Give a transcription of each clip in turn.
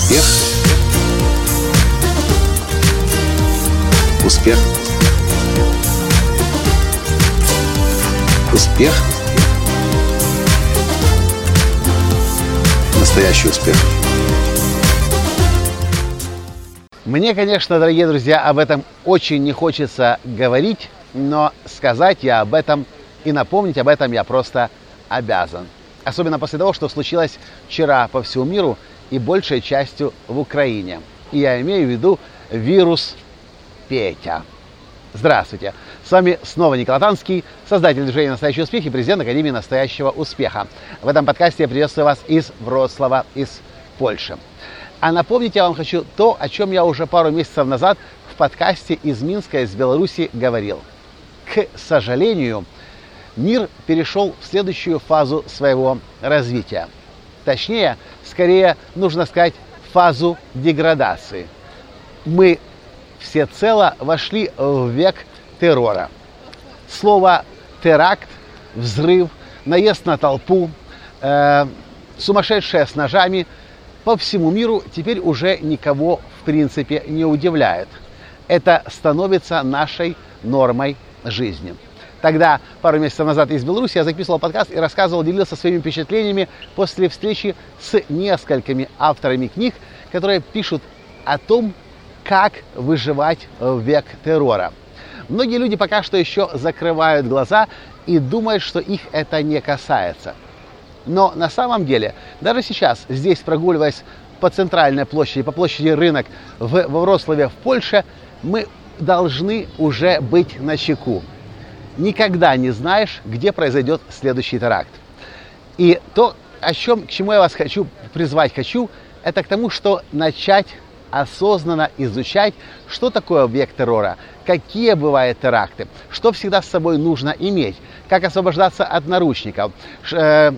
Успех. Успех. Успех. Настоящий успех. Мне, конечно, дорогие друзья, об этом очень не хочется говорить, но сказать я об этом и напомнить об этом я просто обязан. Особенно после того, что случилось вчера по всему миру и большей частью в Украине. И я имею в виду вирус Петя. Здравствуйте! С вами снова Николай Танский, создатель движения «Настоящий успех» и президент Академии «Настоящего успеха». В этом подкасте я приветствую вас из Вроцлава, из Польши. А напомнить я вам хочу то, о чем я уже пару месяцев назад в подкасте из Минска, из Беларуси говорил. К сожалению, мир перешел в следующую фазу своего развития. Точнее, скорее нужно сказать, фазу деградации. Мы всецело вошли в век террора. Слово теракт, взрыв, наезд на толпу, сумасшедшие с ножами по всему миру теперь уже никого в принципе не удивляет. Это становится нашей нормой жизни. Тогда, пару месяцев назад из Беларуси, я записывал подкаст и рассказывал, делился своими впечатлениями после встречи с несколькими авторами книг, которые пишут о том, как выживать в век террора. Многие люди пока что еще закрывают глаза и думают, что их это не касается. Но на самом деле, даже сейчас, здесь прогуливаясь по центральной площади, по площади Рынок во Вроцлаве в Польше, мы должны уже быть начеку. Никогда не знаешь, где произойдет следующий теракт. И то, к чему я вас призвать хочу, это к тому, что начать осознанно изучать, что такое объект террора, какие бывают теракты, что всегда с собой нужно иметь, как освобождаться от наручников, как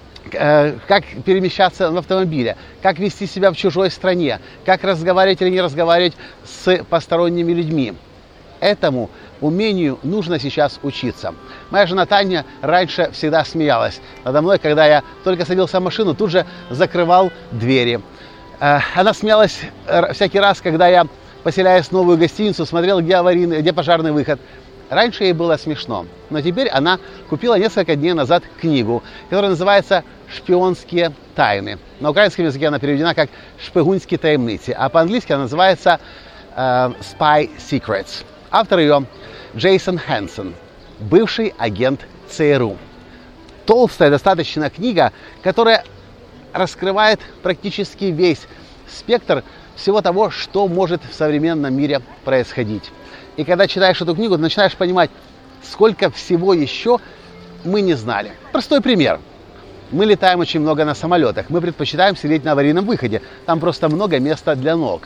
перемещаться в автомобиле, как вести себя в чужой стране, как разговаривать или не разговаривать с посторонними людьми. Этому умению нужно сейчас учиться. Моя жена Таня раньше всегда смеялась надо мной, когда я только садился в машину, тут же закрывал двери. Она смеялась всякий раз, когда я, поселяясь в новую гостиницу, смотрел, где пожарный выход. Раньше ей было смешно, но теперь она купила несколько дней назад книгу, которая называется «Шпионские тайны». На украинском языке она переведена как «Шпигунские таємниці», а по-английски она называется «Spy Secrets». Автор ее Джейсон Хэнсон, бывший агент ЦРУ. Толстая достаточно книга, которая раскрывает практически весь спектр всего того, что может в современном мире происходить. И когда читаешь эту книгу, ты начинаешь понимать, сколько всего еще мы не знали. Простой пример. Мы летаем очень много на самолетах. Мы предпочитаем сидеть на аварийном выходе. Там просто много места для ног.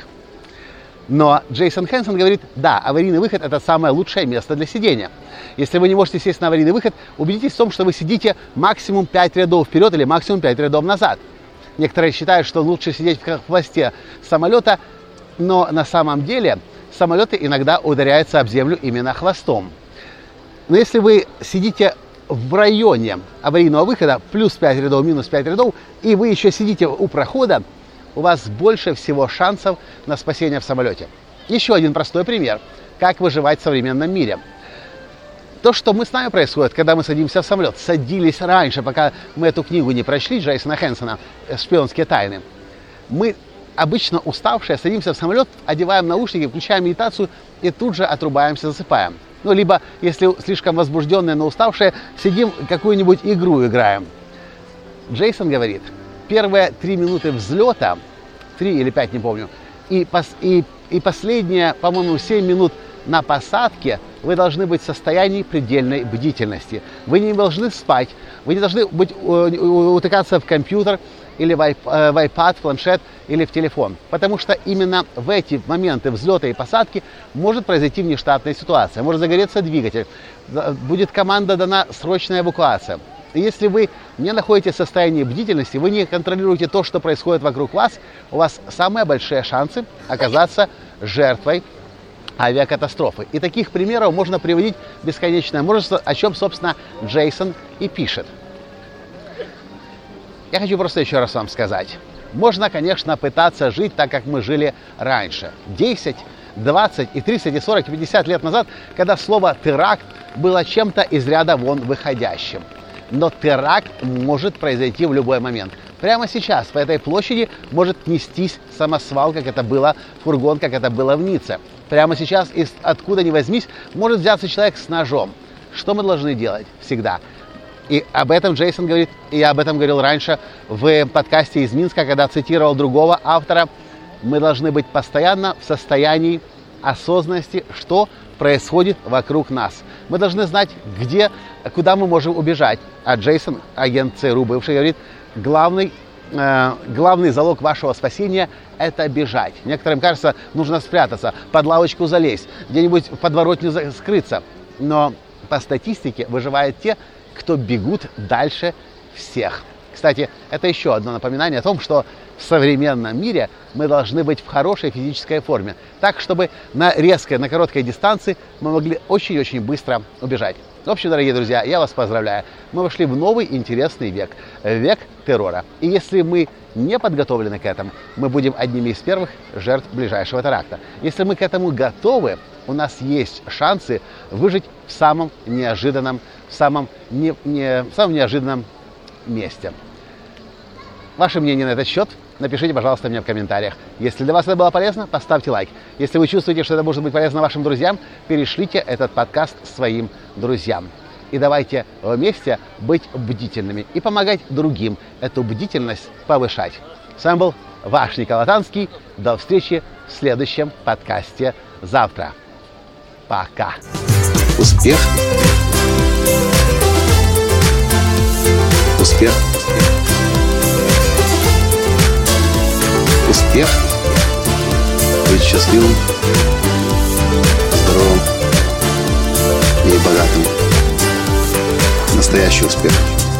Но Джейсон Хэнсон говорит, да, аварийный выход – это самое лучшее место для сидения. Если вы не можете сесть на аварийный выход, убедитесь в том, что вы сидите максимум 5 рядов вперед или максимум 5 рядов назад. Некоторые считают, что лучше сидеть в хвосте самолета, но на самом деле самолеты иногда ударяются об землю именно хвостом. Но если вы сидите в районе аварийного выхода, плюс 5 рядов, минус 5 рядов, и вы еще сидите у прохода, у вас больше всего шансов на спасение в самолете. Еще один простой пример, как выживать в современном мире. То, что мы с нами происходит, когда мы садимся в самолет, садились раньше, пока мы эту книгу не прочли, Джейсона Хэнсона «Шпионские тайны». Мы, обычно уставшие, садимся в самолет, одеваем наушники, включаем медитацию и тут же отрубаемся, засыпаем. Ну, либо, если слишком возбужденные, но уставшие, сидим, какую-нибудь игру играем. Джейсон говорит, первые 3 минуты взлета, 3 или 5, не помню, и последние, по-моему, 7 минут на посадке вы должны быть в состоянии предельной бдительности. Вы не должны спать, вы не должны утыкаться в компьютер или в iPad, в планшет или в телефон. Потому что именно в эти моменты взлета и посадки может произойти внештатная ситуация. Может загореться двигатель, будет команда дана срочная эвакуация. И если вы не находитесь в состоянии бдительности, вы не контролируете то, что происходит вокруг вас, у вас самые большие шансы оказаться жертвой авиакатастрофы. И таких примеров можно приводить бесконечное множество, о чем, собственно, Джейсон и пишет. Я хочу просто еще раз вам сказать. Можно, конечно, пытаться жить так, как мы жили раньше. 10, 20, и 30, и 40, и 50 лет назад, когда слово «теракт» было чем-то из ряда вон выходящим. Но теракт может произойти в любой момент. Прямо сейчас по этой площади может нестись самосвал, как это было, фургон, как это было в Ницце. Прямо сейчас, откуда ни возьмись, может взяться человек с ножом. Что мы должны делать всегда? И об этом Джейсон говорит, и я об этом говорил раньше в подкасте из Минска, когда цитировал другого автора. Мы должны быть постоянно в состоянии осознанности, что происходит вокруг нас. Мы должны знать, куда мы можем убежать. А Джейсон, агент ЦРУ бывший, говорит, главный залог вашего спасения – это бежать. Некоторым кажется, нужно спрятаться, под лавочку залезть, где-нибудь в подворотню скрыться. Но по статистике выживают те, кто бегут дальше всех. Кстати, это еще одно напоминание о том, что в современном мире мы должны быть в хорошей физической форме, так, чтобы на короткой дистанции мы могли очень-очень быстро убежать. В общем, дорогие друзья, я вас поздравляю. Мы вошли в новый интересный век, век террора. И если мы не подготовлены к этому, мы будем одними из первых жертв ближайшего теракта. Если мы к этому готовы, у нас есть шансы выжить в самом неожиданном месте. Ваше мнение на этот счет напишите, пожалуйста, мне в комментариях. Если для вас это было полезно, поставьте лайк. Если вы чувствуете, что это может быть полезно вашим друзьям, перешлите этот подкаст своим друзьям. И давайте вместе быть бдительными и помогать другим эту бдительность повышать. С вами был ваш Николай Танский. До встречи в следующем подкасте завтра. Пока. Успех. Успех. Успех. Быть счастливым, здоровым и богатым. Настоящий успех.